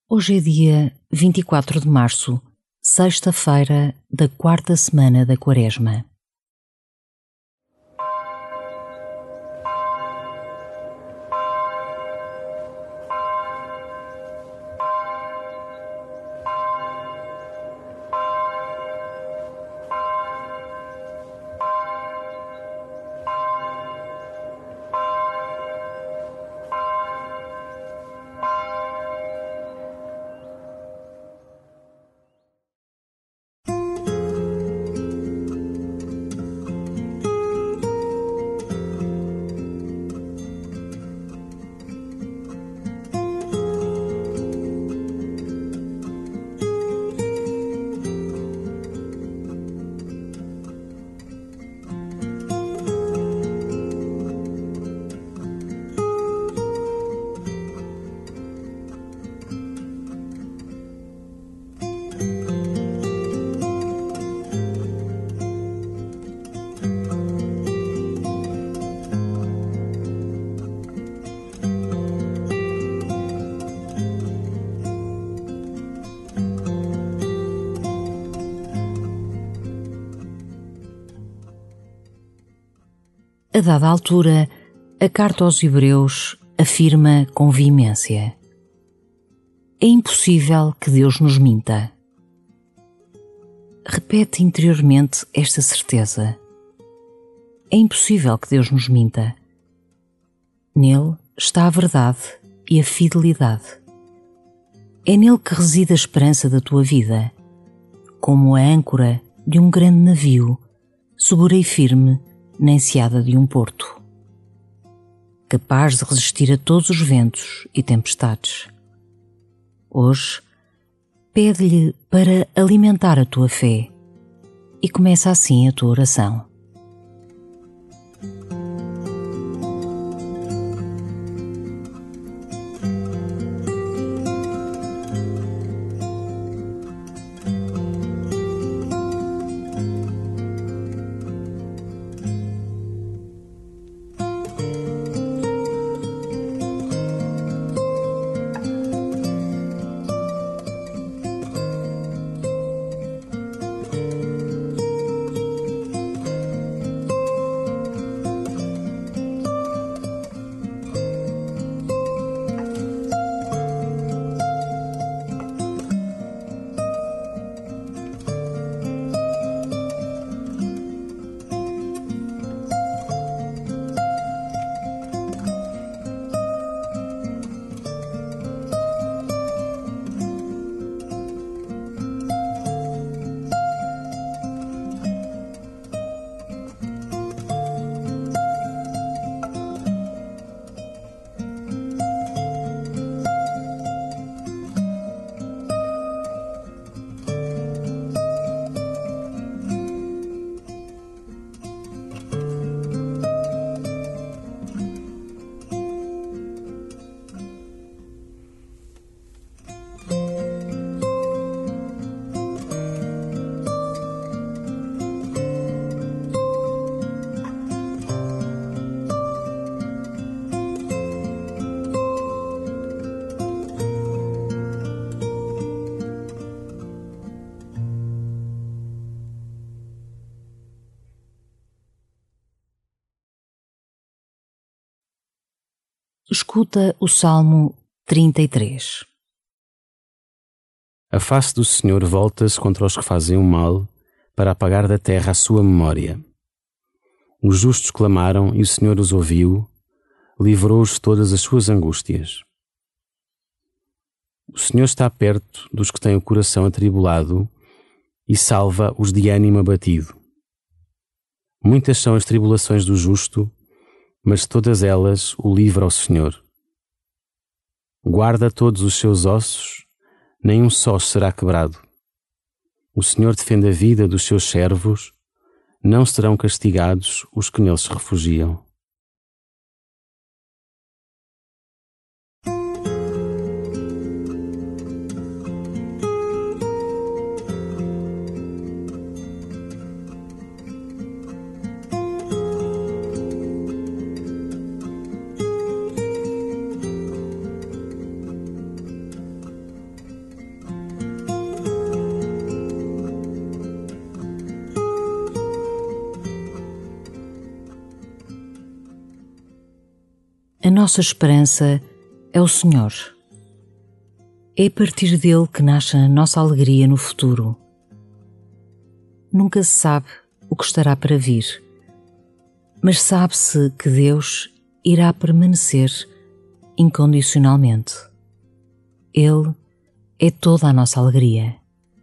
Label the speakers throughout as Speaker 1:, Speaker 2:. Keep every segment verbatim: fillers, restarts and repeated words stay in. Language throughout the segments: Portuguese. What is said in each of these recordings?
Speaker 1: Hoje é dia vinte e quatro de março, sexta-feira da quarta semana da Quaresma. A dada altura, a carta aos Hebreus afirma com veemência: é impossível que Deus nos minta. Repete interiormente esta certeza. É impossível que Deus nos minta. Nele está a verdade e a fidelidade. É nele que reside a esperança da tua vida, como a âncora de um grande navio, segura e firme na enseada de um porto, capaz de resistir a todos os ventos e tempestades. Hoje, pede-lhe para alimentar a tua fé e começa assim a tua oração. Escuta o Salmo trinta e três.
Speaker 2: A face do Senhor volta-se contra os que fazem o mal, para apagar da terra a sua memória. Os justos clamaram e o Senhor os ouviu, livrou-os de todas as suas angústias. O Senhor está perto dos que têm o coração atribulado e salva os de ânimo abatido. Muitas são as tribulações do justo, mas de todas elas o livra o Senhor. Guarda todos os seus ossos, nem um só será quebrado. O Senhor defende a vida dos seus servos, não serão castigados os que neles se refugiam.
Speaker 1: A nossa esperança é o Senhor. É a partir dele que nasce a nossa alegria no futuro. Nunca se sabe o que estará para vir, mas sabe-se que Deus irá permanecer incondicionalmente. Ele é toda a nossa alegria.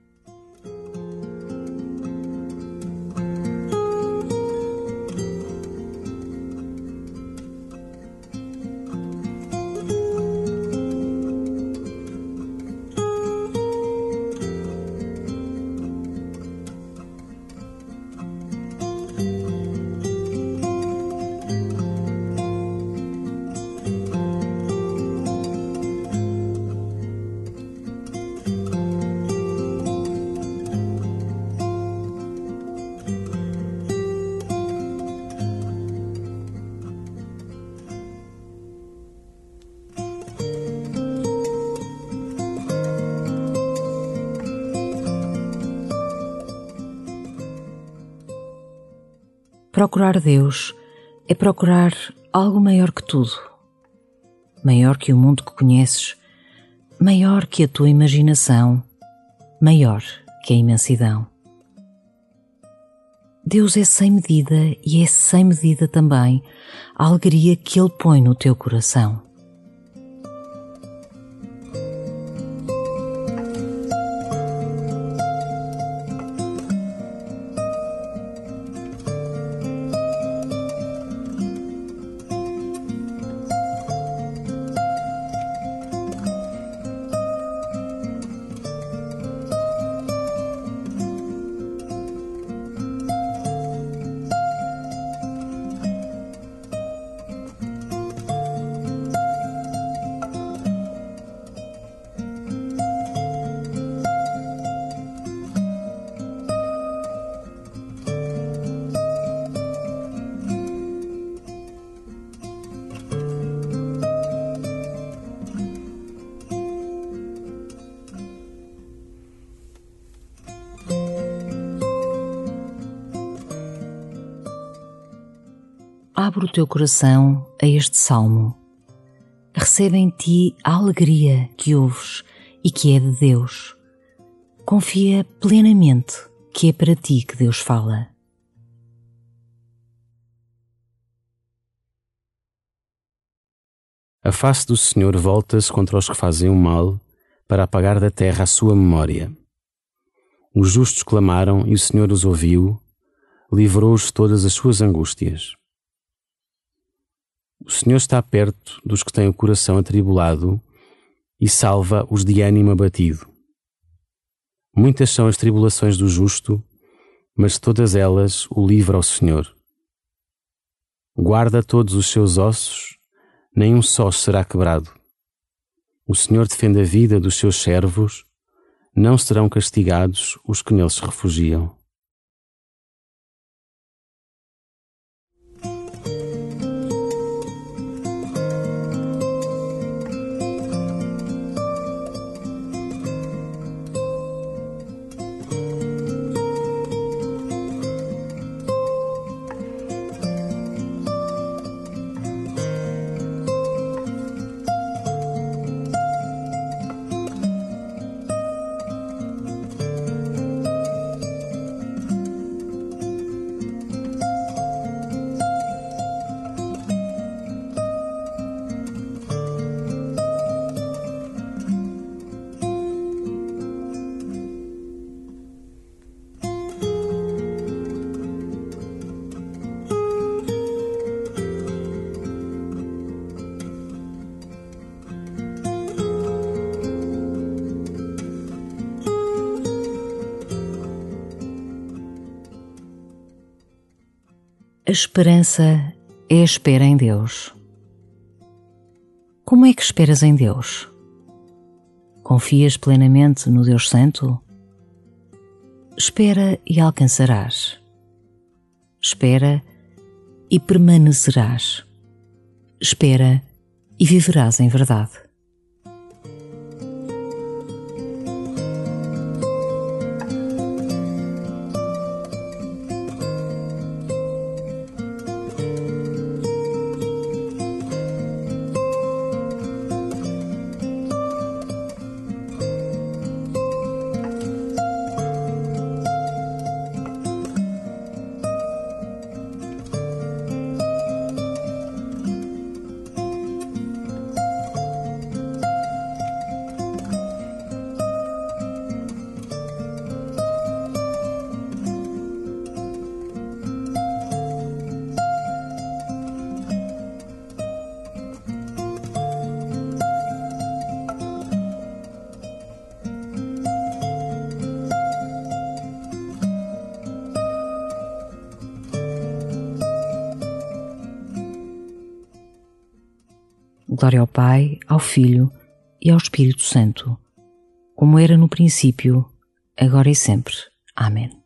Speaker 1: Procurar Deus é procurar algo maior que tudo, maior que o mundo que conheces, maior que a tua imaginação, maior que a imensidão. Deus é sem medida e é sem medida também a alegria que Ele põe no teu coração. Abre o teu coração a este salmo. Recebe em ti a alegria que ouves e que é de Deus. Confia plenamente que é para ti que Deus fala.
Speaker 2: A face do Senhor volta-se contra os que fazem o mal, para apagar da terra a sua memória. Os justos clamaram e o Senhor os ouviu, livrou-os de todas as suas angústias. O Senhor está perto dos que têm o coração atribulado e salva os de ânimo abatido. Muitas são as tribulações do justo, mas de todas elas o livra o Senhor. Guarda todos os seus ossos, nem um só será quebrado. O Senhor defende a vida dos seus servos, não serão castigados os que neles se refugiam.
Speaker 1: A esperança é a espera em Deus. Como é que esperas em Deus? Confias plenamente no Deus Santo? Espera e alcançarás. Espera e permanecerás. Espera e viverás em verdade. Glória ao Pai, ao Filho e ao Espírito Santo, como era no princípio, agora e sempre. Amém.